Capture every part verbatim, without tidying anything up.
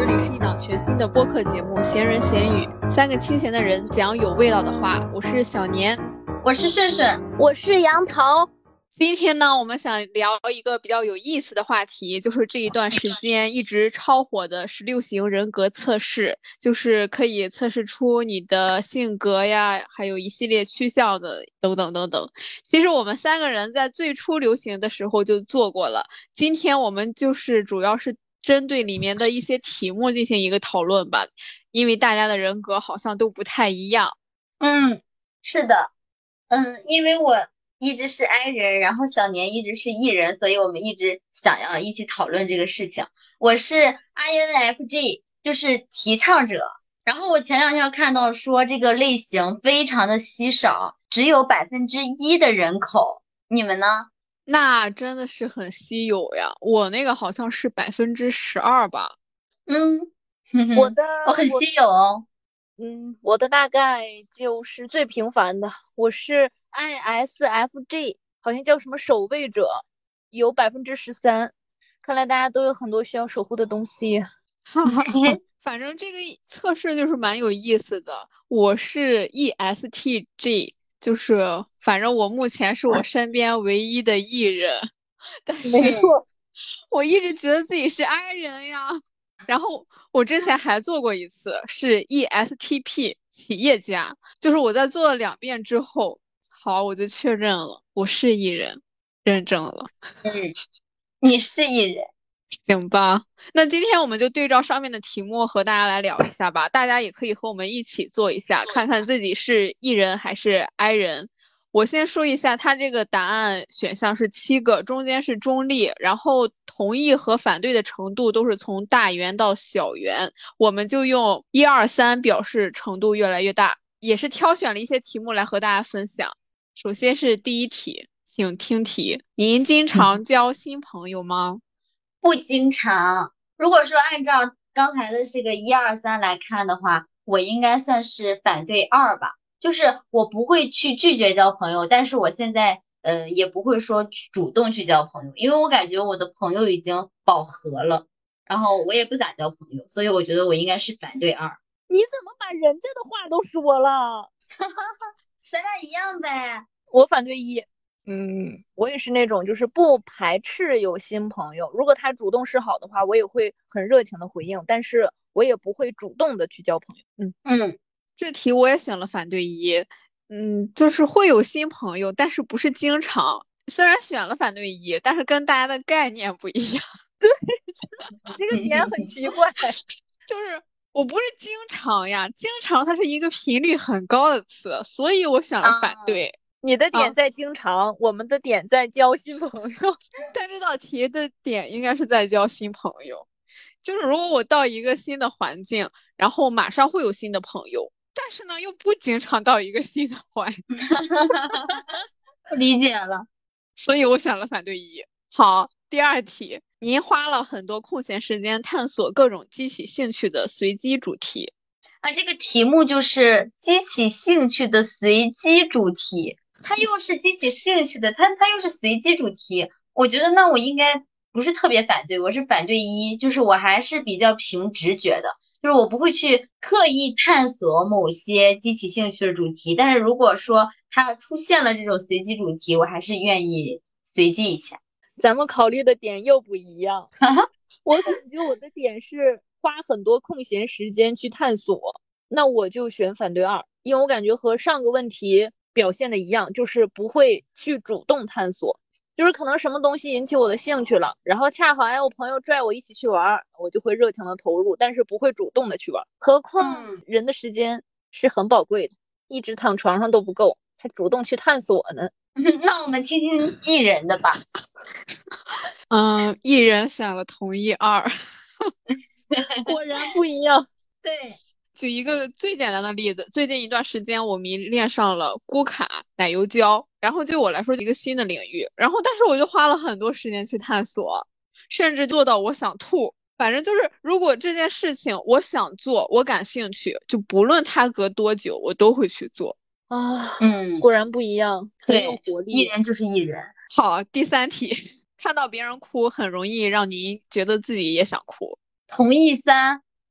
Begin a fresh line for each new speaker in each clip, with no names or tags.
这里是一档全新的播客节目《闲人闲语》，三个清闲的人讲有味道的话。我是小年，
我是顺顺，
我是杨桃。
今天呢，我们想聊一个比较有意思的话题，就是这一段时间一直超火的十六型人格测试，就是可以测试出你的性格呀，还有一系列趋向的等等等等。其实我们三个人在最初流行的时候就做过了，今天我们就是主要是针对里面的一些题目进行一个讨论吧，因为大家的人格好像都不太一样。
嗯，是的，嗯，因为我一直是 I 人，然后小年一直是 E 人，所以我们一直想要一起讨论这个事情。我是 I N F J，就是提倡者。然后我前两天看到说这个类型非常的稀少，只有百分之一的人口。你们呢？
那真的是很稀有呀，我那个好像是百分之十二吧。
嗯，
我的
我很稀有哦。
嗯，我的大概就是最平凡的，我是 I S F J，好像叫什么守卫者，有百分之十三。看来大家都有很多需要守护的东西。
哈哈哈，反正这个测试就是蛮有意思的。我是 E S T J，就是反正我目前是我身边唯一的 E 人，但是
没错，
我一直觉得自己是 I 人呀。然后我之前还做过一次，是 E S T P 企业家，就是我在做了两遍之后，好，我就确认了我是 E 人，认证了。
嗯，你是 E 人。
行吧，那今天我们就对照上面的题目和大家来聊一下吧。大家也可以和我们一起做一下，看看自己是 E 人还是 I 人。我先说一下，它这个答案选项是七个，中间是中立，然后同意和反对的程度都是从大圆到小圆，我们就用一二三表示程度越来越大。也是挑选了一些题目来和大家分享。首先是第一题，请听题：您经常交新朋友吗？
不经常。如果说按照刚才的这个一二三来看的话，我应该算是反对二吧。就是我不会去拒绝交朋友，但是我现在呃也不会说去主动去交朋友，因为我感觉我的朋友已经饱和了，然后我也不咋交朋友，所以我觉得我应该是反对二。
你怎么把人家的话都说了？
咱俩一样呗。
我反对一。嗯，我也是那种就是不排斥有新朋友，如果他主动示好的话，我也会很热情的回应，但是我也不会主动的去交朋友。嗯
嗯，
这题我也选了反对一，嗯，就是会有新朋友，但是不是经常。虽然选了反对一，但是跟大家的概念不一样。
这个点很奇怪。
就是我不是经常呀，经常它是一个频率很高的词，所以我选了反
啊，
对。
你的
啊，
点在经常，我们的点在交新朋友。
但这道题的点应该是在交新朋友。就是如果我到一个新的环境，然后马上会有新的朋友，但是呢又不经常到一个新的环境，
理解了。
所以我选了反对一。好，第二题，您花了很多空闲时间探索各种激起兴趣的随机主题。
啊，这个题目就是激起兴趣的随机主题，它又是激起兴趣的，它它又是随机主题。我觉得那我应该不是特别反对，我是反对一，就是我还是比较凭直觉的，就是我不会去刻意探索某些激起兴趣的主题，但是如果说它出现了这种随机主题，我还是愿意随机一下。
咱们考虑的点又不一样。我感觉我的点是花很多空闲时间去探索，那我就选反对二，因为我感觉和上个问题表现的一样，就是不会去主动探索，就是可能什么东西引起我的兴趣了，然后恰好哎我朋友拽我一起去玩，我就会热情的投入，但是不会主动的去玩。何况
嗯，
人的时间是很宝贵的，一直躺床上都不够，还主动去探索呢。
那我们听听艺人的吧。
嗯，一人选了同意二。
果然不一样。
对，
举一个最简单的例子，最近一段时间我迷恋上了咕卡奶油胶，然后对我来说一个新的领域，然后但是我就花了很多时间去探索，甚至做到我想吐。反正就是如果这件事情我想做，我感兴趣，就不论它隔多久，我都会去做。
啊，
嗯，
果然不一样，很有
对，
活力。
艺人就是艺人。
好，第三题，看到别人哭很容易让您觉得自己也想哭。
同意三，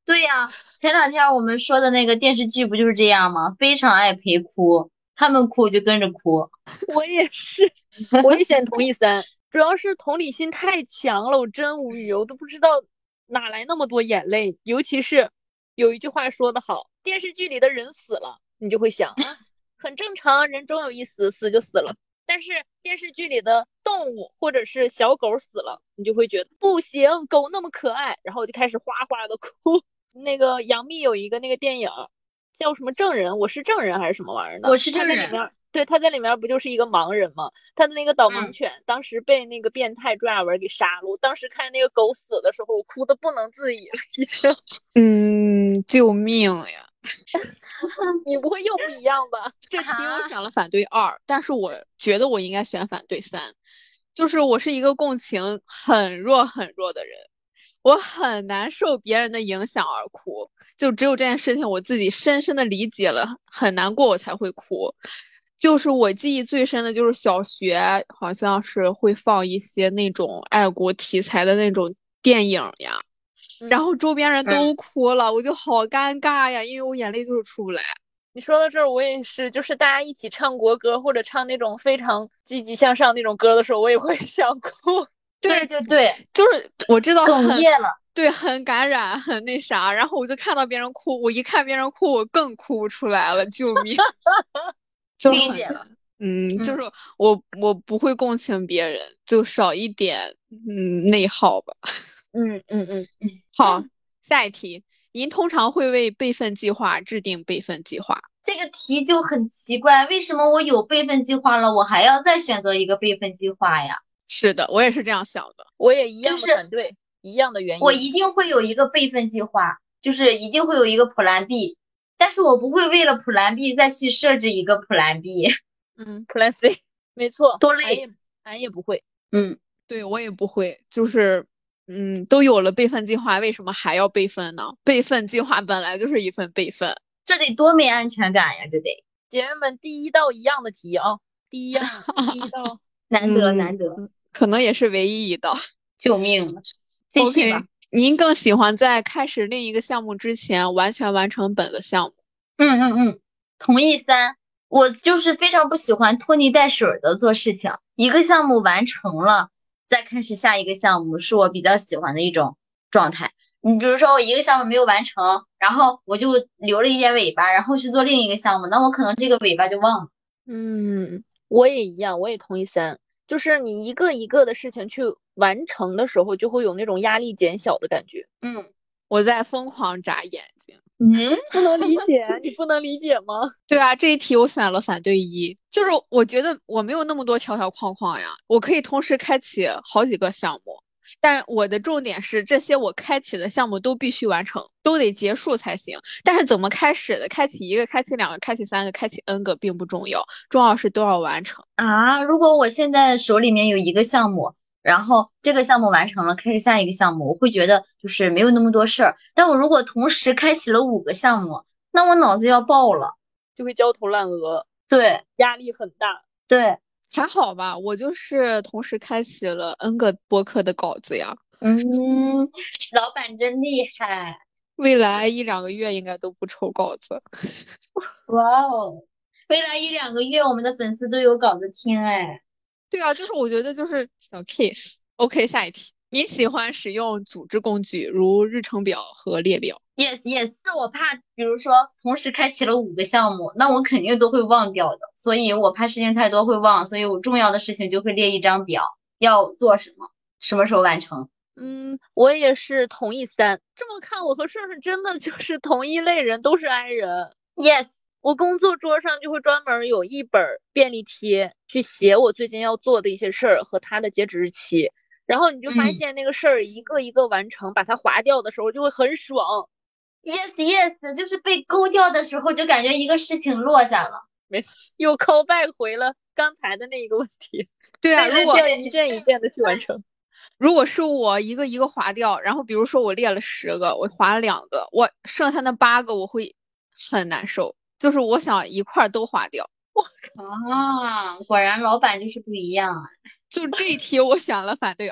对呀，前两天我们说的那个电视剧不就是这样吗？非常爱陪哭，他们哭我就跟着哭。
我也是，我也选同意三，主要是同理心太强了，我真无语，我都不知道哪来那么多眼泪。尤其是有一句话说得好，电视剧里的人死了，你就会想啊，很正常，人终有一死，死就死了。但是电视剧里的动物或者是小狗死了，你就会觉得不行，狗那么可爱，然后我就开始哗哗的哭。那个杨幂有一个那个电影叫什么证人，我是证人还是什么玩意儿的？
我是证人。
他在里面，对，他在里面不就是一个盲人吗？他的那个导盲犬、嗯、当时被那个变态朱亚文给杀了。我当时看那个狗死的时候，我哭的不能自已了，已经。
嗯，救命呀！
你不会又不一样吧？
这题我选了反对二，但是我觉得我应该选反对三。就是我是一个共情很弱很弱的人，我很难受别人的影响而哭，就只有这件事情我自己深深的理解了，很难过我才会哭。就是我记忆最深的就是小学好像是会放一些那种爱国题材的那种电影呀，然后周边人都哭了，嗯、我就好尴尬呀，因为我眼泪就是出不来。
你说到这儿，我也是，就是大家一起唱国歌或者唱那种非常积极向上那种歌的时候，我也会想哭。
对对对，
就是我知道很
哽咽了，
对，很感染，很那啥，然后我就看到别人哭，我一看别人哭，我更哭不出来了，救命！就
理解了，
嗯，就是我我不会共情别人，就少一点嗯内耗吧。
嗯嗯嗯嗯，
好，下一题。您通常会为备份计划制定备份计划？
这个题就很奇怪，为什么我有备份计划了，我还要再选择一个备份计划呀？
是的，我也是这样想的，
我也一样的反对，一样的原因。
我一定会有一个备份计划，就是一定会有一个普兰 B， 但是我不会为了普兰 B 再去设置一个普兰 B。
嗯 ，Plan C， 没错，
多累，
俺也, 也不会。
嗯，
对我也不会，就是。嗯，都有了备份计划，为什么还要备份呢？备份计划本来就是一份备份，
这得多没安全感呀！这得，
姐妹们，第一道一样的题啊，第一样，第一道
难得难得、
嗯，可能也是唯一一道。
救命了！继续吧。
Okay, 您更喜欢在开始另一个项目之前完全完成本个项目？
嗯嗯嗯，同意三。我就是非常不喜欢拖泥带水的做事情，一个项目完成了。再开始下一个项目是我比较喜欢的一种状态。你比如说我一个项目没有完成，然后我就留了一点尾巴，然后去做另一个项目，那我可能这个尾巴就忘了。
嗯，我也一样，我也同意三。就是你一个一个的事情去完成的时候，就会有那种压力减小的感觉。
嗯，我在疯狂眨眼睛。
嗯，不能理解，你不能理解吗？
对啊，这一题我选了反对一，就是我觉得我没有那么多条条框框呀，我可以同时开启好几个项目，但我的重点是这些我开启的项目都必须完成，都得结束才行。但是怎么开始的，开启一个、开启两个、开启三个、开启 N 个并不重要，重要是都要完成
啊。如果我现在手里面有一个项目，然后这个项目完成了，开始下一个项目，我会觉得就是没有那么多事儿。但我如果同时开启了五个项目，那我脑子要爆了，
就会焦头烂额，
对，
压力很大。
对，
还好吧，我就是同时开启了 N 个播客的稿子呀。
嗯，老板真厉害。
未来一两个月应该都不抽稿子。
哇哦，未来一两个月我们的粉丝都有稿子听哎。
对啊，就是我觉得就是小 case。OK， 下一题，你喜欢使用组织工具如日程表和列表
？Yes Yes，是我怕，比如说同时开启了五个项目，那我肯定都会忘掉的，所以我怕事情太多会忘，所以我重要的事情就会列一张表，要做什么，什么时候完成。
嗯，我也是同意三。这么看，我和顺顺真的就是同一类人，都是 I 人。
Yes，
我工作桌上就会专门有一本便利贴，去写我最近要做的一些事儿和它的截止日期。然后你就发现那个事儿一个一个完成，嗯、把它划掉的时候就会很爽。
Yes Yes， 就是被勾掉的时候，就感觉一个事情落下了。
没错，又 call back 回了刚才的那一个问题。
对啊，如果
一件一件的去完成。
如果是我一个一个划掉，然后比如说我列了十个，我划了两个，我剩下那八个我会很难受，就是我想一块都划掉。
我靠，果然老板就是不一样啊！
就这一题我选了反对二，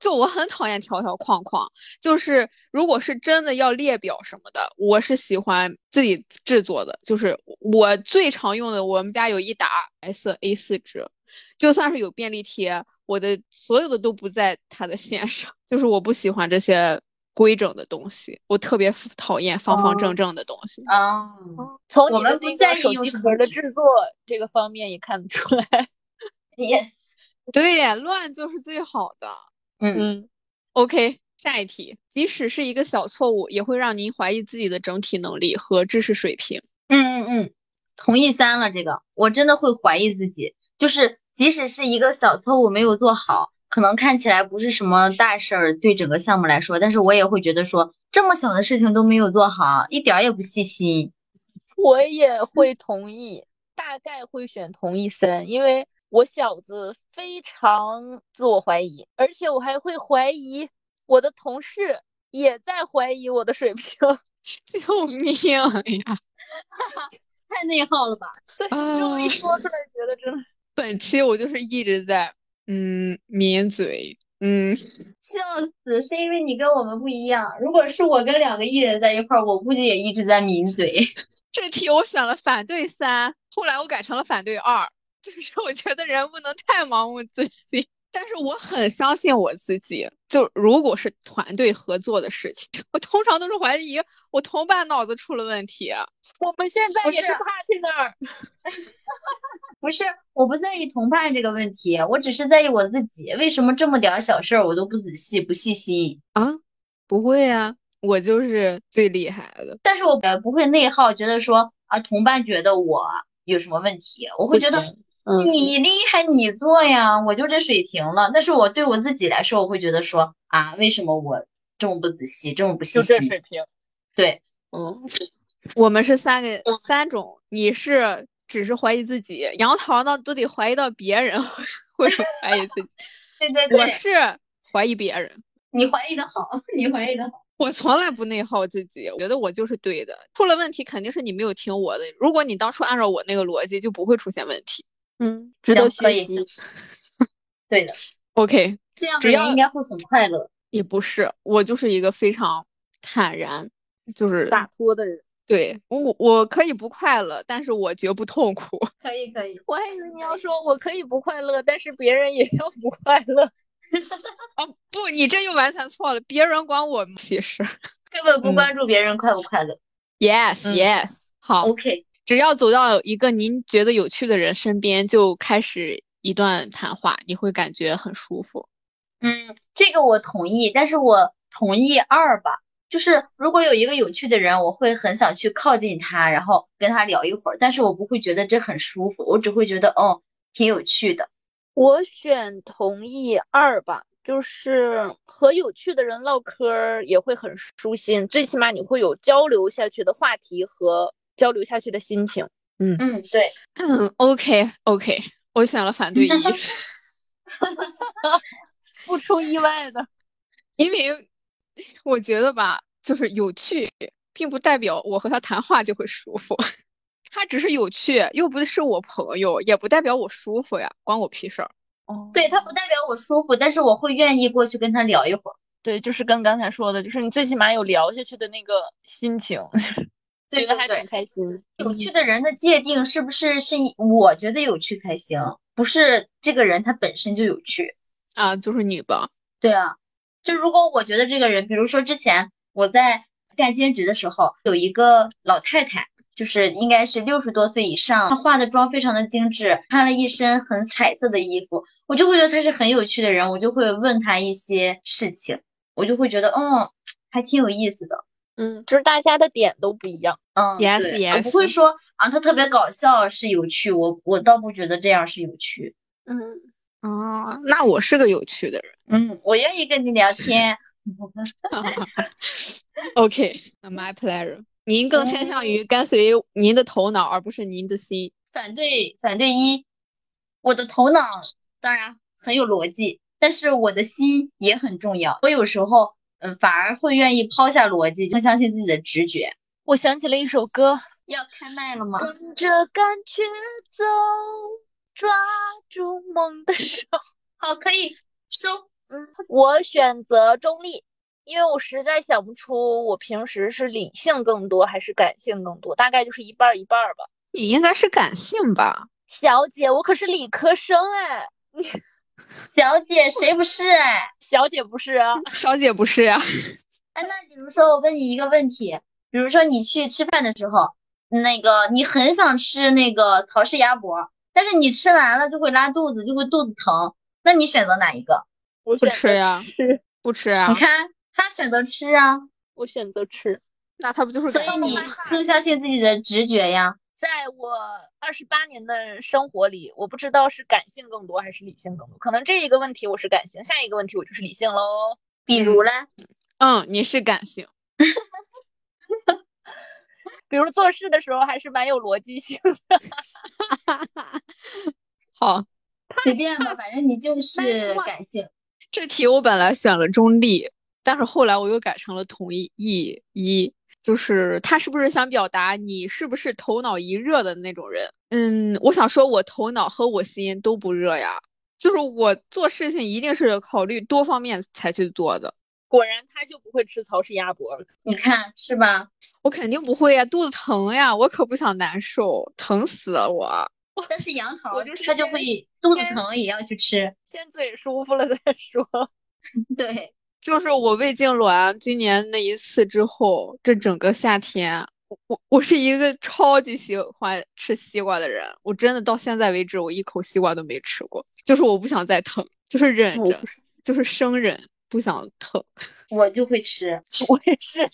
就我很讨厌条条框框，就是如果是真的要列表什么的，我是喜欢自己制作的。就是我最常用的，我们家有一沓 S A 四 纸，就算是有便利贴，我的所有的都不在它的线上。就是我不喜欢这些规整的东西，我特别讨厌方方正正的东西。
哦，
从你
我们
的那个
不在意
手机壳
用什么纸
的制作这个方面也看得出来。
，yes，
对，乱就是最好的。
嗯
嗯，
OK，下一题，即使是一个小错误，也会让您怀疑自己的整体能力和知识水平。
嗯嗯嗯，同意三了。这个我真的会怀疑自己，就是即使是一个小错误没有做好，可能看起来不是什么大事儿，对整个项目来说，但是我也会觉得说这么小的事情都没有做好，一点儿也不细心。
我也会同意，大概会选同意三，因为我小子非常自我怀疑，而且我还会怀疑我的同事也在怀疑我的水平。
救命呀！
太内耗了吧？
对，
啊
这么一说出来，觉得真的
本期我就是一直在嗯抿嘴，嗯，
笑死，是因为你跟我们不一样。如果是我跟两个艺人在一块儿，我估计也一直在抿嘴。
这题我选了反对三，后来我改成了反对二，就是我觉得人不能太盲目自信。但是我很相信我自己，就如果是团队合作的事情，我通常都是怀疑我同伴脑子出了问题。
我们现在
不是
也是 partner。
不是，我不在意同伴这个问题，我只是在意我自己。为什么这么点儿小事儿我都不仔细、不细心？
啊，不会呀，我就是最厉害的。
但是我呃不会内耗，觉得说啊同伴觉得我有什么问题，我会觉得
嗯，
你厉害你做呀，我就这水平了。但是我对我自己来说，我会觉得说啊，为什么我这么不仔细，这么不细
就这
心？
水平。
对，
嗯，
我们是三个三种，你是只是怀疑自己，杨桃呢都得怀疑到别人会怀疑自己，
对对对，
我是怀疑别人。
你怀疑的好，你怀疑的好。
我从来不内耗自己，我觉得我就是对的。出了问题肯定是你没有听我的，如果你当初按照我那个逻辑，就不会出现问题。
嗯，值得
行，可以，
学习
行。对的，
OK，
这样的人
只要
应该会很快乐。
也不是，我就是一个非常坦然，就是
洒脱的人。
对我我可以不快乐，但是我绝不痛苦。
可以，可以。
我还以为你要说我可以不快乐，但是别人也要不快乐。
哦不，你这又完全错了，别人关我屁事。
根本不关注别人快不快乐。
Yes
嗯
Yes，好，
OK，
只要走到一个您觉得有趣的人身边，就开始一段谈话，你会感觉很舒服。
嗯，这个我同意，但是我同意二吧。就是如果有一个有趣的人，我会很想去靠近他，然后跟他聊一会儿，但是我不会觉得这很舒服，我只会觉得哦，挺有趣的。
我选同意二吧，就是和有趣的人唠嗑儿也会很舒心，最起码你会有交流下去的话题和交流下去的心情。嗯
嗯，对。
嗯，OK OK，我选了反对一，
不出意外的。
因为我觉得吧，就是有趣，并不代表我和他谈话就会舒服。他只是有趣，又不是我朋友，也不代表我舒服呀，关我屁事儿。
哦，
对，他不代表我舒服，但是我会愿意过去跟他聊一会儿。
对，就是跟刚才说的，就是你最起码有聊下去的那个心情，
对
觉得还
对对，
挺开心。
有趣的人的界定是不是是我觉得有趣才行，不是这个人他本身就有趣。
啊，就是你吧。
对啊，就如果我觉得这个人，比如说之前我在干兼职的时候，有一个老太太，就是应该是六十多岁以上，她化的妆非常的精致，穿了一身很彩色的衣服，我就会觉得她是很有趣的人，我就会问她一些事情，我就会觉得，嗯，还挺有意思的。
嗯，就是大家的点都不一样。
嗯，
Yes
对，我
Yes，
不会说啊，他特别搞笑是有趣，我我倒不觉得这样是有趣。
嗯，
哦，那我是个有趣的人。
嗯，我愿意跟你聊天。
OK，my pleasure。您更倾向于跟随您的头脑，而不是您的心。
反对，反对一，我的头脑当然很有逻辑，但是我的心也很重要。我有时候，嗯，反而会愿意抛下逻辑，更相信自己的直觉。
我想起了一首歌，
要开麦了吗？
跟着感觉走，抓住梦的手。
好，可以收。
嗯，我选择中立，因为我实在想不出我平时是理性更多还是感性更多，大概就是一半儿一半儿吧。
你应该是感性吧？
小姐，我可是理科生哎，
小姐谁不是哎？
小姐不是啊？
小姐不是呀、
哎，那比如说我问你一个问题，比如说你去吃饭的时候，那个你很想吃那个陶氏鸭脖，但是你吃完了就会拉肚子，就会肚子疼，那你选择哪一个？
不
我选择
吃呀，
吃，
不吃呀。
你看他选择吃啊，
我选择吃。
那他不就是
所以你
感性吗？
更相信自己的直觉呀。
在我二十八年的生活里，我不知道是感性更多还是理性更多。可能这一个问题我是感性，下一个问题我就是理性喽。
比如嘞，
嗯，你是感性。
比如做事的时候还是蛮有逻辑性的。
好，
随便吧，反正你就是感性。
这题我本来选了中立，但是后来我又改成了同意一，就是他是不是想表达你是不是头脑一热的那种人？嗯，我想说我头脑和我心都不热呀，就是我做事情一定是考虑多方面才去做的。
果然他就不会吃曹氏鸭脖，
你看是吧？
我肯定不会呀，肚子疼呀，我可不想难受，疼死了我。
但是杨桃
我就是
他就会肚子疼也要去吃。
先嘴舒服了再说。
对，
就是我胃痉挛今年那一次之后，这整个夏天，我我我是一个超级喜欢吃西瓜的人，我真的到现在为止，我一口西瓜都没吃过，就是我不想再疼，就是忍着，就是生忍，不想疼。
我就会吃。
我也是。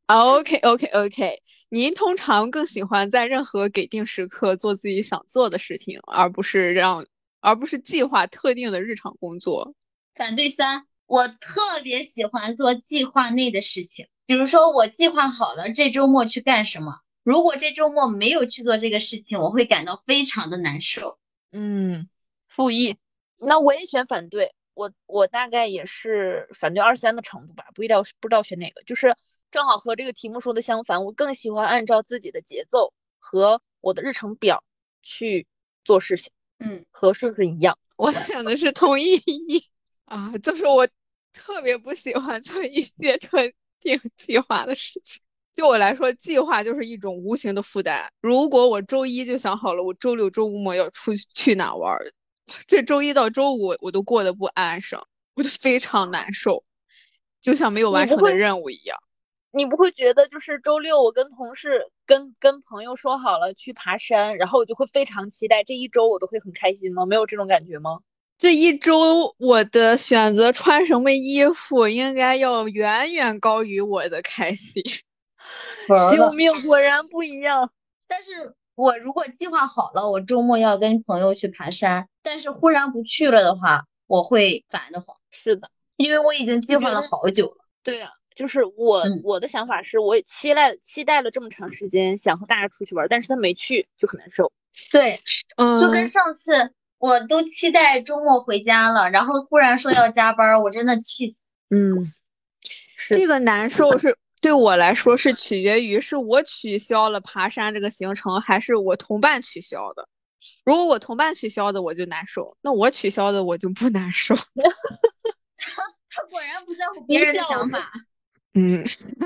OK OK OK，您通常更喜欢在任何给定时刻做自己想做的事情，而不是让，而不是计划特定的日常工作。
反对三，我特别喜欢做计划内的事情，比如说我计划好了这周末去干什么，如果这周末没有去做这个事情，我会感到非常的难受。
嗯，负一。那我也选反对，我我大概也是反对二三的程度吧，不一定不知道选哪个，就是正好和这个题目说的相反，我更喜欢按照自己的节奏和我的日程表去做事情，
嗯，
和顺顺一样。
我想的是同意一啊，就是我特别不喜欢做一些特定计划的事情。对我来说，计划就是一种无形的负担。如果我周一就想好了，我周六周末要出去去哪玩儿，这周一到周五我都过得不安生，我就非常难受，就像没有完成的任务一样。
你不会觉得就是周六我跟同事跟跟朋友说好了去爬山，然后我就会非常期待这一周我都会很开心吗？没有这种感觉吗？
这一周我的选择穿什么衣服应该要远远高于我的开心。
救命，果然不一样。
但是我如果计划好了，我周末要跟朋友去爬山，但是忽然不去了的话，我会烦得慌。
是的，
因为我已经计划了好久了。
对啊，就是我、
嗯、
我的想法是，我也期待期待了这么长时间，想和大家出去玩，但是他没去，就很难受。
对，
嗯，
就跟上次我都期待周末回家了，然后忽然说要加班，我真的气。
嗯，是
这个难受是对我来说是取决于是我取消了爬山这个行程，还是我同伴取消的。如果我同伴取消的，我就难受；那我取消的，我就不难受。
他他果然不在乎别人的想法。
嗯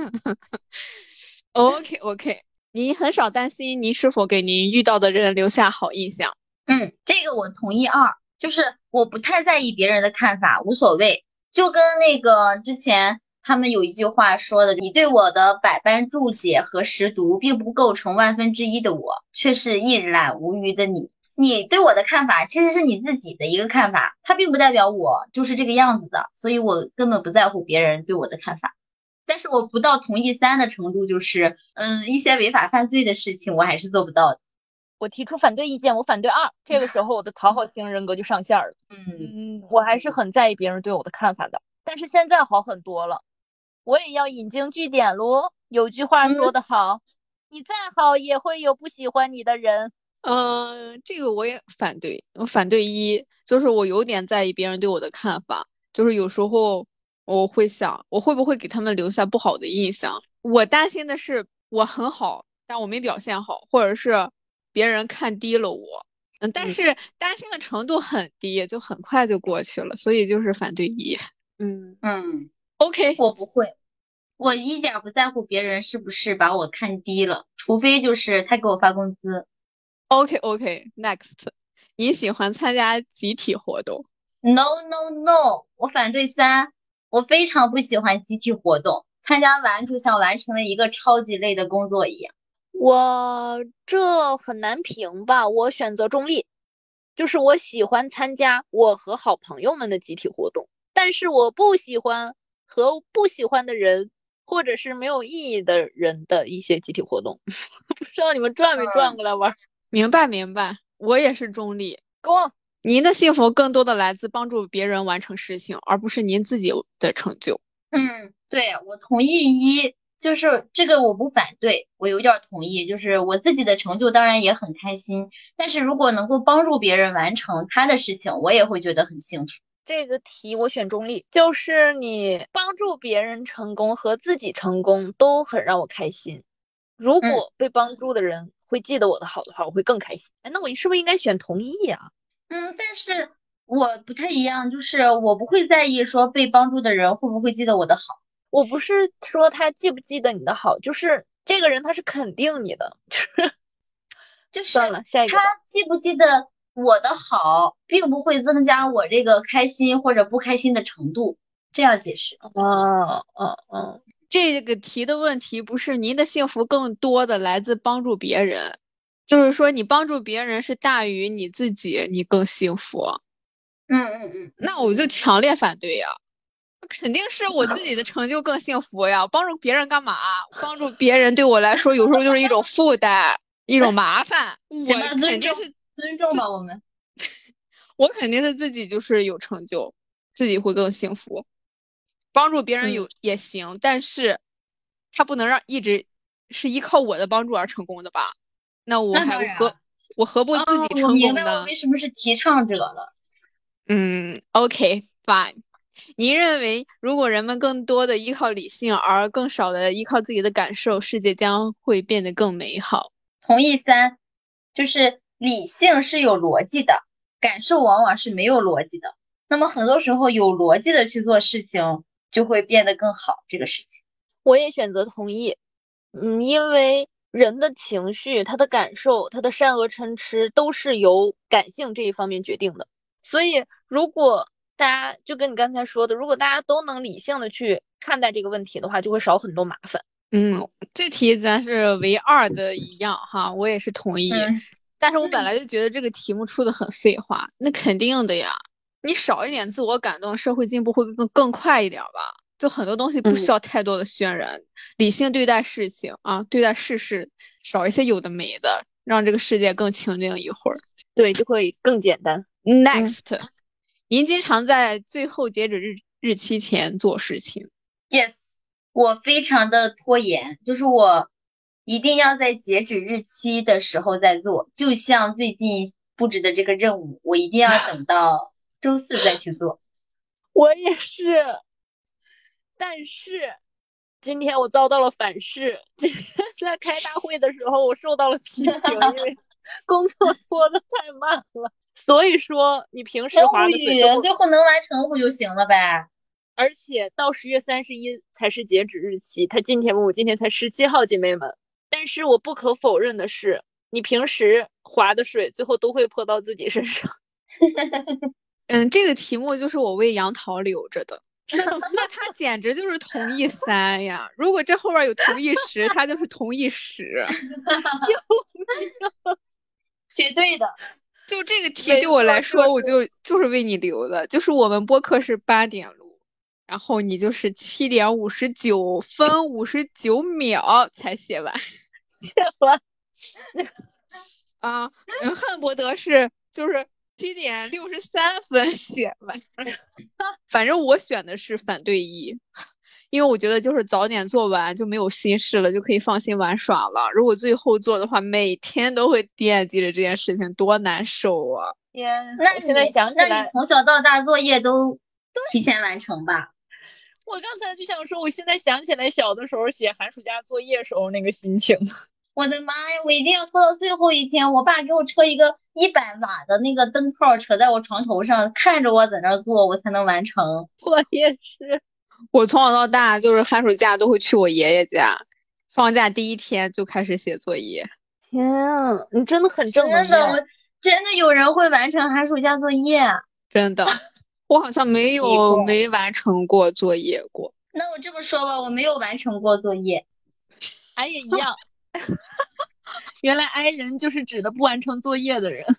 ，OK OK，您很少担心您是否给您遇到的人留下好印象。
嗯，这个我同意二，就是我不太在意别人的看法，无所谓。就跟那个之前他们有一句话说的，你对我的百般注解和识读，并不构成万分之一的我，却是一览无余的你。你对我的看法其实是你自己的一个看法，它并不代表我就是这个样子的，所以我根本不在乎别人对我的看法。但是我不到同意三的程度，就是嗯，一些违法犯罪的事情我还是做不到的。
我提出反对意见，我反对二，这个时候我的讨好型人格就上线了。
嗯
嗯，我还是很在意别人对我的看法的，但是现在好很多了，我也要引经据典喽。有句话说得好，嗯、你再好也会有不喜欢你的人。
嗯、呃，这个我也反对，我反对一，就是我有点在意别人对我的看法，就是有时候我会想，我会不会给他们留下不好的印象？我担心的是我很好，但我没表现好，或者是别人看低了我。嗯，但是担心的程度很低，就很快就过去了，所以就是反对一。
嗯
嗯，
OK，
我不会，我一点不在乎别人是不是把我看低了，除非就是他给我发工资。
OK OK，next，你喜欢参加集体活动？
No no no，我反对三，我非常不喜欢集体活动，参加完就像完成了一个超级累的工作一样。
我这很难评吧，我选择中立，就是我喜欢参加我和好朋友们的集体活动，但是我不喜欢和不喜欢的人或者是没有意义的人的一些集体活动。不知道你们转没转
嗯，
过来玩？
明白明白，我也是中立。
跟我
您的幸福更多的来自帮助别人完成事情，而不是您自己的成就。
嗯，对，我同意一，就是这个我不反对，我有点儿同意，就是我自己的成就当然也很开心，但是如果能够帮助别人完成他的事情，我也会觉得很幸福。
这个题我选中立，就是你帮助别人成功和自己成功都很让我开心。如
嗯
果被帮助的人会记得我的好的话，我会更开心。哎，那我是不是应该选同意啊？
嗯，但是我不太一样，就是我不会在意说被帮助的人会不会记得我的好，
我不是说他记不记得你的好，就是这个人他是肯定你的。
就是
算了，下一
他
个吧。
记不记得我的好，并不会增加我这个开心或者不开心的程度，这样解释。
嗯嗯嗯，
这个题的问题不是您的幸福更多的来自帮助别人，就是说你帮助别人是大于你自己，你更幸福。
嗯嗯嗯，
那我就强烈反对呀，肯定是我自己的成就更幸福呀。帮助别人干嘛？帮助别人对我来说有时候就是一种负担，一种麻烦。我
行吧，尊重
肯定是
尊重吧，我们。
我肯定是自己就是有成就，自己会更幸福。帮助别人
嗯，
有也行，但是他不能让一直是依靠我的帮助而成功的吧？那我
那
还我何
当然。
我何不
哦，
自己成
我明白
功呢？
我为什么是提倡者了。
嗯，OK fine。您认为，如果人们更多的依靠理性，而更少的依靠自己的感受，世界将会变得更美好？
同意三，就是理性是有逻辑的，感受往往是没有逻辑的。那么很多时候有逻辑的去做事情，就会变得更好。这个事情。
我也选择同意。嗯，因为人的情绪、他的感受、他的善恶嗔痴都是由感性这一方面决定的。所以，如果大家就跟你刚才说的，如果大家都能理性的去看待这个问题的话，就会少很多麻烦。
嗯，这题咱是唯二的一样哈，我也是同意。
嗯
但是我本来就觉得这个题目出的很废话，那肯定的呀。你少一点自我感动，社会进步会更更快一点吧？就很多东西不需
嗯，
要太多的渲染，理性对待事情啊，对待事事，少一些有的没的，让这个世界更清静一会儿。
对，就会更简单。嗯，
Next，您经常在最后截止日日期前做事情。
，yes，我非常的拖延，就是我一定要在截止日期的时候再做，就像最近布置的这个任务，我一定要等到周四再去做。
我也是，但是今天我遭到了反噬。今天在开大会的时候，我受到了批评，因为工作拖得太慢了。所以说，你平时
真无
划的水
语，
都不，
最后能完成不就行了呗？
而且到十月三十一才是截止日期。他今天问我今天才十七号，姐妹们。但是我不可否认的是，你平时划的水最后都会泼到自己身上。
嗯，这个题目就是我为杨桃留着的。那那他简直就是同意三呀！如果这后边有同意十，他就是同意十。
绝对的。
就这个题对
没错，
我来说，我
就是
就就是为你留的。就是我们播客是八点录，然后你就是七点五十九分五十九秒才写完
写完。
啊，嗯，恨不得是就是七点六十三分写完。反正我选的是反对一，因为我觉得就是早点做完就没有心事了，就可以放心玩耍了。如果最后做的话，每天都会惦记着这件事情，多难受啊！
天，
那你
我现在想起
那你
来，
从小到大作业都提前完成吧？
我刚才就想说，我现在想起来小的时候写寒暑假作业时候那个心情。
我的妈呀，我一定要拖到最后一天。我爸给我车一个一百瓦的那个灯泡，扯在我床头上，看着我在那儿做，我才能完成。
我也是。
我从小到大就是寒暑假都会去我爷爷家，放假第一天就开始写作业。
天啊，你真的很正能
真的，
量。
我真的有人会完成寒暑假作业。
真的，我好像没
奇怪
有没完成过作业过。
那我这么说吧，我没有完成过作业。
俺也一样。原来 I 人就是指的不完成作业的人。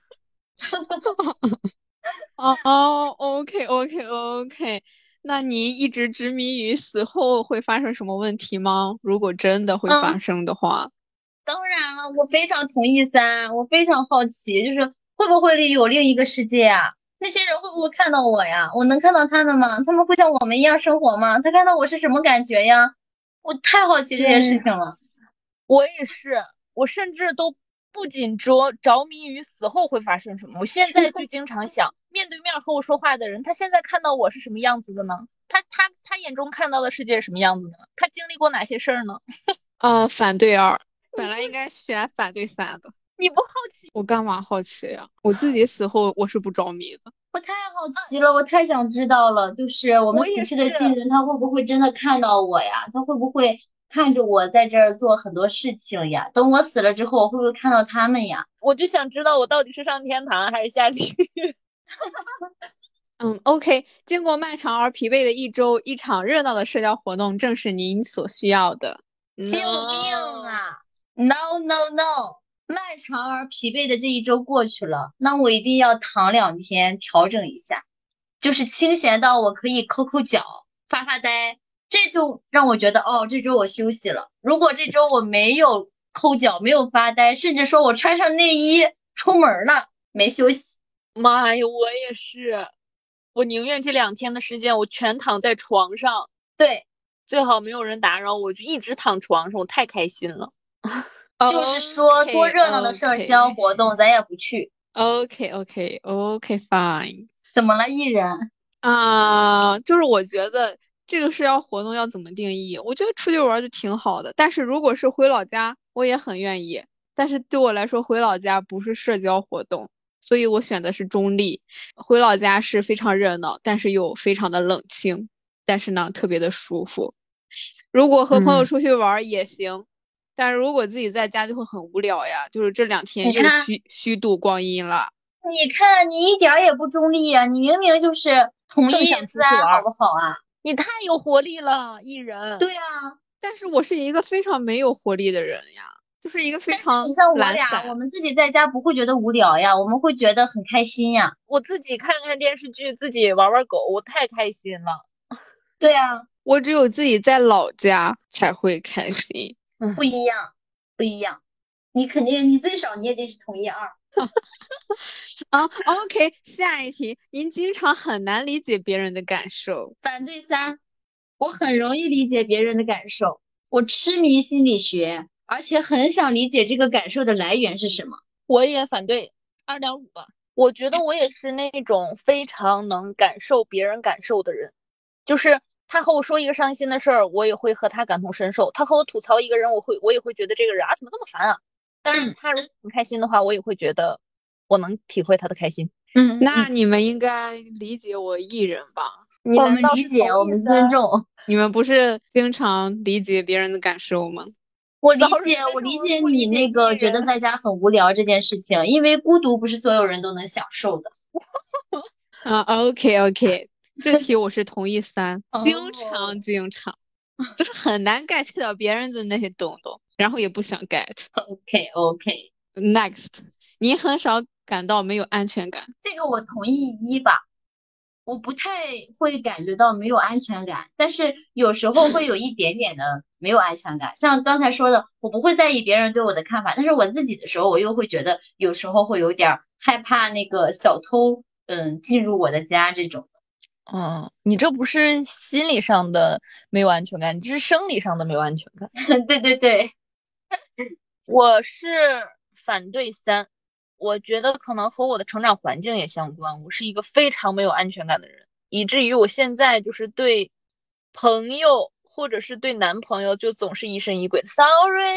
哦哦，OK OK OK，那你一直执迷于死后会发生什么问题吗？如果真的会发
嗯，
生的话，
当然了，我非常同意三，我非常好奇，就是会不会有另一个世界啊？那些人会不会看到我呀？我能看到他们吗？他们会像我们一样生活吗？他看到我是什么感觉呀？我太好奇这件事
对，
情了。
我也是，我甚至都不仅着着迷于死后会发生什么，我现在就经常想，面对面和我说话的人，他现在看到我是什么样子的呢？他他他眼中看到的世界是什么样子呢？他经历过哪些事儿呢？
呃，反对二，本来应该选反对三的，
你不好奇？
我干嘛好奇呀？我自己死后我是不着迷的。
我太好奇了，我太想知道了，就是我们
我也是。
死去的亲人，他会不会真的看到我呀？他会不会看着我在这儿做很多事情呀？等我死了之后，我会不会看到他们呀？
我就想知道我到底是上天堂还是下地狱。
嗯，OK，经过漫长而疲惫的一周，一场热闹的社交活动正是您所需要的。
救命啊！No No No！漫长而疲惫的这一周过去了，那我一定要躺两天调整一下，就是清闲到我可以抠抠脚、发发呆，这就让我觉得哦，这周我休息了。如果这周我没有抠脚、没有发呆，甚至说我穿上内衣出门了，没休息，
妈呀，我也是，我宁愿这两天的时间我全躺在床上，
对，
最好没有人打扰我，就一直躺床上，我太开心了。
就是说多热闹的社交活动咱也不去。
OK OK OK Fine。
怎么了，艺人？
啊，就是我觉得这个社交活动要怎么定义？我觉得出去玩就挺好的，但是如果是回老家，我也很愿意。但是对我来说，回老家不是社交活动，所以我选的是中立。回老家是非常热闹，但是又非常的冷清，但是呢，特别的舒服。如果和朋友
嗯，
出去玩也行，但是如果自己在家就会很无聊呀，就是这两天又
你看，
虚虚度光阴了。
你看，你一点儿也不中立啊！你明明就是同意
更想出去
三，好
玩，
不好啊？
你太有活力了，艺人。
对啊，
但是我是一个非常没有活力的人呀，就是一个非
但是你
常
像我俩，我
懒散。
们自己在家不会觉得无聊呀，我们会觉得很开心呀。
我自己看看电视剧，自己玩玩狗，我太开心了。
对啊，
我只有自己在老家才会开心。
不一样，不一样。你肯定，你最少你也得是同意二。
啊，OK，下一题，您经常很难理解别人的感受。
反对三，我很容易理解别人的感受，我痴迷心理学，而且很想理解这个感受的来源是什么。
我也反对二点五吧。我觉得我也是那种非常能感受别人感受的人，就是他和我说一个伤心的事儿，我也会和他感同身受；他和我吐槽一个人，我会我也会觉得这个人啊怎么这么烦啊。但是
嗯
他如果很开心的话，我也会觉得我能体会他的开心。
嗯，
那你们应该理解我 E 人吧？
你
我们
难道是
理解，我们
同意的？
尊重。
你们不是经常理解别人的感受吗？
我理
Sorry，
解，
但是
我理解
我不理解
你那个
E
觉得
人。
在家很无聊这件事情，因为孤独不是所有人都能享受的。
啊，OK OK，这题我是同意三，经
哦
常经常，就是很难 get 到别人的那些东东，然后也不想 get。
OK OK，
Next，你很少感到没有安全感。
这个我同意一吧。我不太会感觉到没有安全感，但是有时候会有一点点的没有安全感。像刚才说的，我不会在意别人对我的看法，但是我自己的时候，我又会觉得有时候会有点儿害怕那个小偷，嗯，进入我的家这种。
嗯，你这不是心理上的没有安全感，这是生理上的没有安全感。
对对对，
我是反对三，我觉得可能和我的成长环境也相关。我是一个非常没有安全感的人，以至于我现在就是对朋友或者是对男朋友就总是疑神疑鬼的。Sorry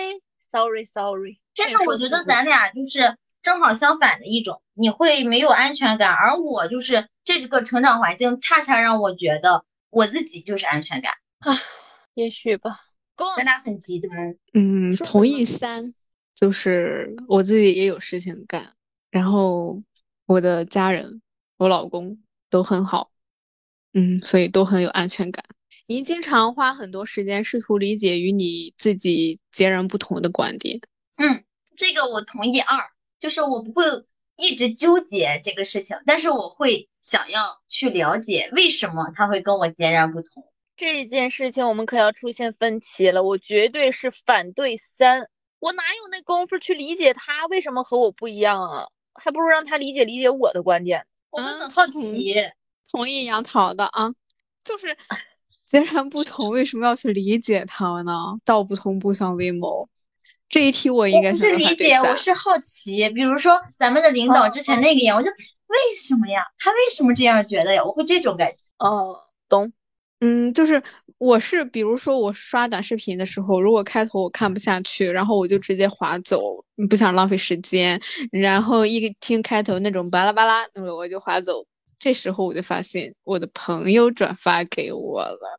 ，sorry sorry。
但是我觉得咱俩就是正好相反的一种，你会没有安全感，而我就是这个成长环境恰恰让我觉得我自己就是安全感
啊，也许吧。
咱俩很极端。
嗯，同意三，就是我自己也有事情干，然后我的家人、我老公都很好，嗯，所以都很有安全感。您经常花很多时间试图理解与你自己截然不同的观点。
嗯，这个我同意二，就是我不会一直纠结这个事情，但是我会想要去了解为什么他会跟我截然不同。
这件事情我们可要出现分歧了，我绝对是反对三，我哪有那功夫去理解他为什么和我不一样啊？还不如让他理解理解我的观点。
我们很好奇。
嗯、同意杨桃的啊，就是截然不同，为什么要去理解他呢？道不同不相为谋。这一题我应该
不是理解，我是好奇。比如说咱们的领导之前那个样，我就为什么呀？他为什么这样觉得呀？我会这种感觉。
哦，懂。
嗯，就是我是，比如说我刷短视频的时候，如果开头我看不下去，然后我就直接划走，不想浪费时间，然后一听开头那种巴拉巴拉，我就划走。这时候我就发现我的朋友转发给我了，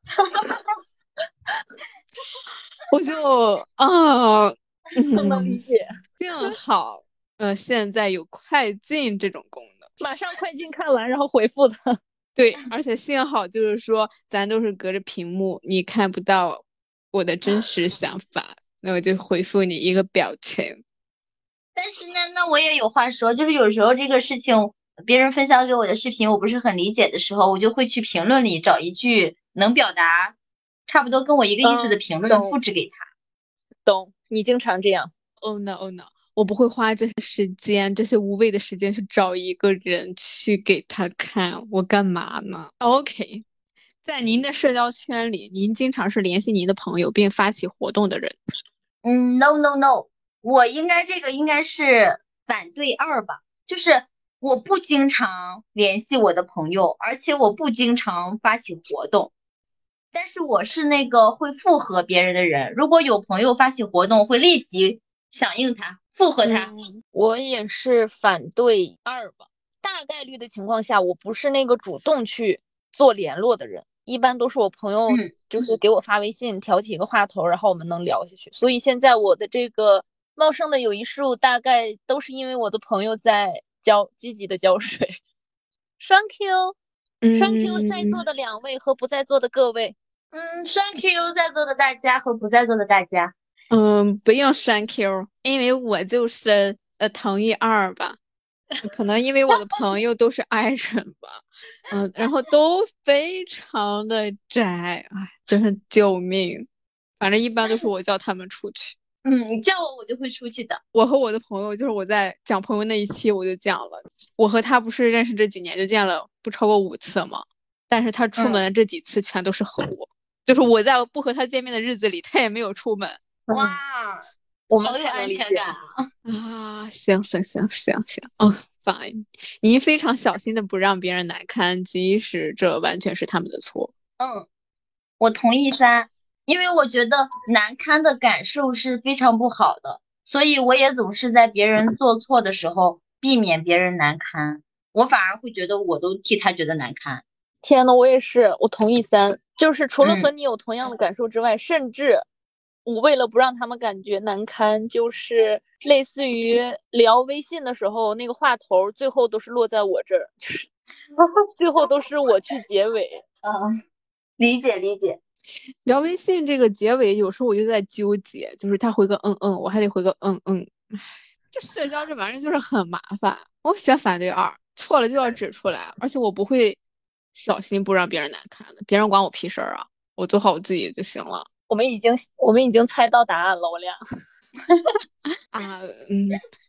我就啊，
不能理解。
幸好呃现在有快进这种功能，
马上快进看完然后回复他。
对，而且幸好就是说咱都是隔着屏幕，你看不到我的真实想法，那我就回复你一个表情。
但是呢，那我也有话说，就是有时候这个事情别人分享给我的视频我不是很理解的时候，我就会去评论里找一句能表达差不多跟我一个意思的评论、嗯、复制给他。
懂，你经常这样。
Oh no, oh no，我不会花这些时间，这些无谓的时间去找一个人去给他看，我干嘛呢 ？OK， 在您的社交圈里，您经常是联系您的朋友并发起活动的人。
嗯 ，no no no， 我应该这个应该是反对二吧，就是我不经常联系我的朋友，而且我不经常发起活动。但是我是那个会附和别人的人，如果有朋友发起活动，会立即响应他，附和他。
嗯、我也是反对二吧。大概率的情况下，我不是那个主动去做联络的人，一般都是我朋友就是给我发微信，挑起一个话头，然后我们能聊下去。所以现在我的这个茂盛的友谊数大概都是因为我的朋友在浇积极的浇水。双 Q。双 Q 在座的两位和不在座的各位，
嗯，双 Q 在座的大家和不在座的大家，
嗯，不用双 Q， 因为我就是呃同意二吧，可能因为我的朋友都是 I 人吧，嗯，然后都非常的宅，哎，真是救命！反正一般都是我叫他们出去。
嗯，你叫我我就会出去的。
我和我的朋友，就是我在讲朋友那一期我就讲了，我和他不是认识这几年就见了不超过五次嘛，但是他出门的这几次全都是和我，嗯、就是我在不和他见面的日子里，他也没有出门。
哇，
我们
好有安全感啊！
啊，行行行行行，哦 ，fine， 您非常小心的不让别人难堪，即使这完全是他们的错。
嗯，我同意三。因为我觉得难堪的感受是非常不好的，所以我也总是在别人做错的时候避免别人难堪，我反而会觉得我都替他觉得难堪。
天呐，我也是，我同意三，就是除了和你有同样的感受之外，嗯、甚至我为了不让他们感觉难堪，就是类似于聊微信的时候，那个话头最后都是落在我这儿，就是最后都是我去结尾。
嗯，理解理解。
聊微信这个结尾，有时候我就在纠结，就是他回个嗯嗯，我还得回个嗯嗯，这社交这玩意儿就是很麻烦。我选反对二，错了就要指出来，而且我不会小心不让别人难堪的，别人管我屁事儿啊，我做好我自己就行了。
我们已经我们已经猜到答案了，我俩。
啊，嗯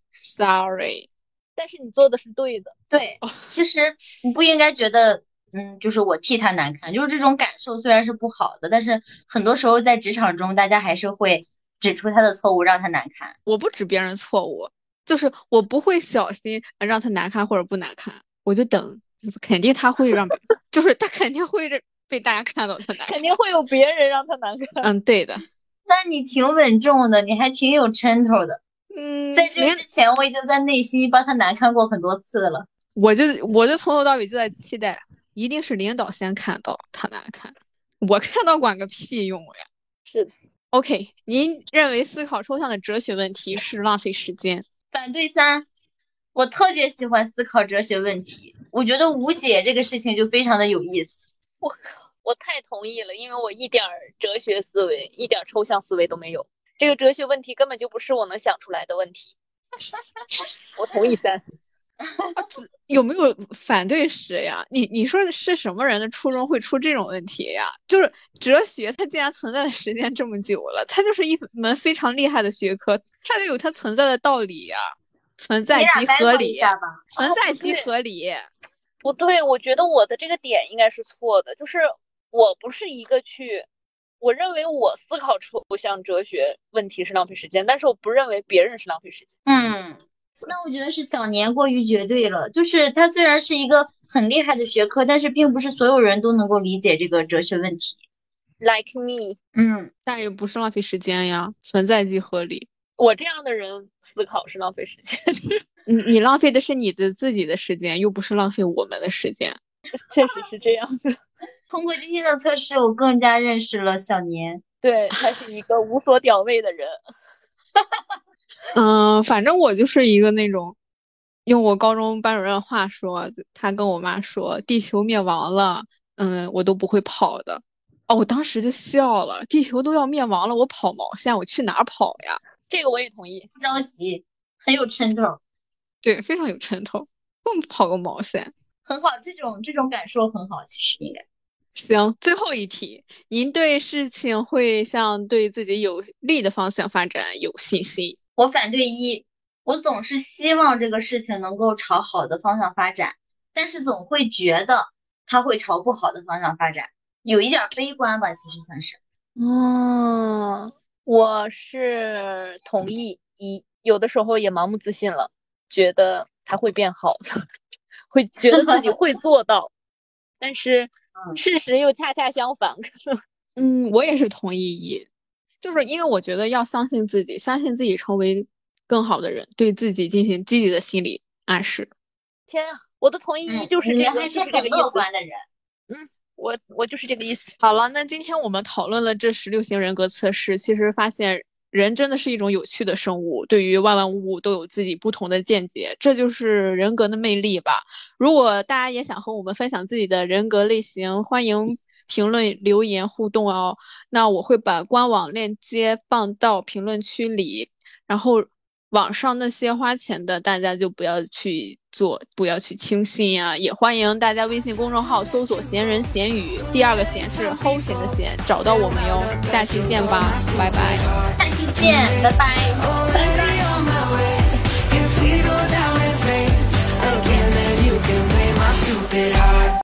，sorry，
但是你做的是对的。
对，其实你不应该觉得。嗯，就是我替他难堪，就是这种感受虽然是不好的，但是很多时候在职场中，大家还是会指出他的错误，让他难堪。
我不指别人错误，就是我不会小心让他难堪或者不难堪，我就等，肯定他会让别人，就是他肯定会被大家看到他难堪，
肯定会有别人让他难堪。
嗯，对的。
那你挺稳重的，你还挺有抻头的。
嗯，
在这之前，我已经在内心帮他难堪过很多次了。
我就我就从头到尾就在期待，一定是领导先看到他难堪，我看到管个屁用呀！
是的。
OK， 您认为思考抽象的哲学问题是浪费时间？
反对三。我特别喜欢思考哲学问题，我觉得无解这个事情就非常的有意思。
我靠，我太同意了，因为我一点哲学思维，一点抽象思维都没有。这个哲学问题根本就不是我能想出来的问题。我同意三。
有没有反对十呀？你你说是什么人的初中会出这种问题呀？就是哲学，它既然存在的时间这么久了，它就是一门非常厉害的学科，它就有它存在的道理呀。存在即合理，存在即合理。
不对，我觉得我的这个点应该是错的，就是我不是一个去，我认为我思考抽象哲学问题是浪费时间，但是我不认为别人是浪费时间。
嗯，那我觉得是小年过于绝对了，就是它虽然是一个很厉害的学科，但是并不是所有人都能够理解这个哲学问题。
Like me，
嗯，
但也不是浪费时间呀，存在即合理。
我这样的人思考是浪费时间。
你你浪费的是你的自己的时间，又不是浪费我们的时间。
确实是这样的。
通过今天的测试，我更加认识了小年。
对，他是一个无所屌味的人。
嗯，反正我就是一个那种，用我高中班主任话说，他跟我妈说，地球灭亡了，嗯，我都不会跑的。哦，我当时就笑了，地球都要灭亡了，我跑毛线，我去哪儿跑呀？
这个我也同意，
不着急，很有抻头。
对，非常有抻头，更跑个毛线。
很好，这种这种感受很好，其实应该。
行，最后一题，您对事情会向对自己有利的方向发展有信心？
我反对一，我总是希望这个事情能够朝好的方向发展，但是总会觉得它会朝不好的方向发展，有一点悲观吧，其实算是。
嗯，我是同意一，有的时候也盲目自信了，觉得它会变好的，会觉得自己会做到，但是事实又恰恰相反。
嗯，我也是同意一，就是因为我觉得要相信自己，相信自己成为更好的人，对自己进行积极的心理暗示。
天啊，我的同意一就是这个，
嗯、还
是
很乐观的人。
嗯。我我就是这个意思。
好了，那今天我们讨论了这十六型人格测试，其实发现人真的是一种有趣的生物，对于万万物物都有自己不同的见解，这就是人格的魅力吧。如果大家也想和我们分享自己的人格类型，欢迎评论留言互动哦。那我会把官网链接放到评论区里，然后网上那些花钱的，大家就不要去做，不要去轻信呀、啊。也欢迎大家微信公众号搜索“闲人闲语”，第二个闲是齁闲的闲，找到我们哟。下期见吧，拜拜。
下期见，拜拜。